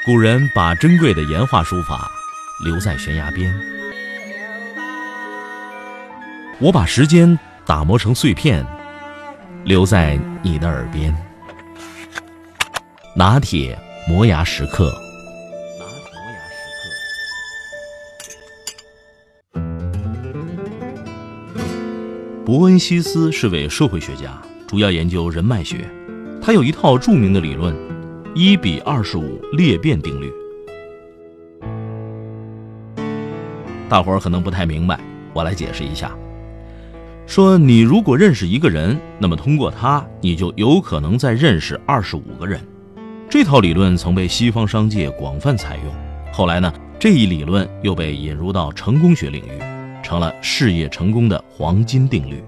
古人把珍贵的岩画书法留在悬崖边，我把时间打磨成碎片，留在你的耳边。拿铁磨牙时刻。伯恩西斯是位社会学家，主要研究人脉学。他有一套著名的理论1:25裂变定律。大伙儿可能不太明白，我来解释一下。说你如果认识一个人，那么通过他，你就有可能再认识25个人。这套理论曾被西方商界广泛采用，后来呢，这一理论又被引入到成功学领域，成了事业成功的黄金定律。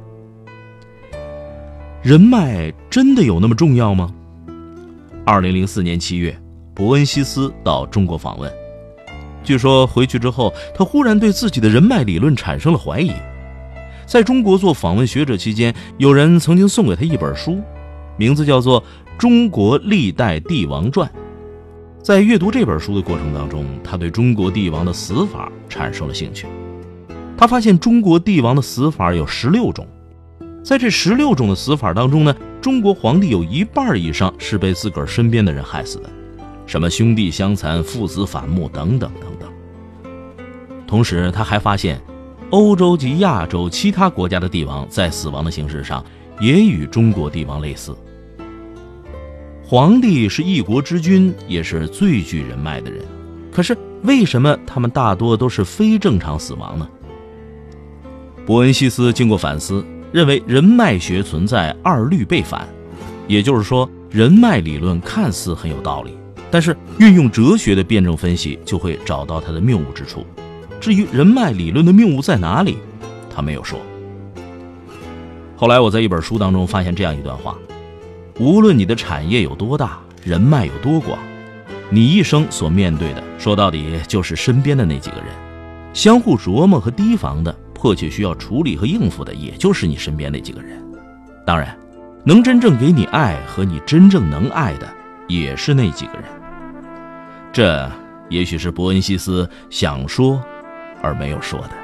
人脉真的有那么重要吗？2004年7月，伯恩西斯到中国访问。据说回去之后，他忽然对自己的人脉理论产生了怀疑。在中国做访问学者期间，有人曾经送给他一本书，名字叫做《中国历代帝王传》。在阅读这本书的过程当中，他对中国帝王的死法产生了兴趣。他发现中国帝王的死法有16种，在这16种的死法当中呢，中国皇帝有一半以上是被自个儿身边的人害死的，什么兄弟相残、父子反目等等等等。同时他还发现欧洲及亚洲其他国家的帝王在死亡的形式上也与中国帝王类似。皇帝是一国之君，也是最具人脉的人，可是为什么他们大多都是非正常死亡呢？伯恩西斯经过反思，认为人脉学存在二律背反，也就是说，人脉理论看似很有道理，但是运用哲学的辩证分析就会找到它的谬误之处。至于人脉理论的谬误在哪里，他没有说。后来我在一本书当中发现这样一段话：无论你的产业有多大，人脉有多广，你一生所面对的，说到底就是身边的那几个人，相互琢磨和提防的，迫切需要处理和应付的，也就是你身边那几个人。当然，能真正给你爱和你真正能爱的，也是那几个人。这也许是伯恩西斯想说而没有说的。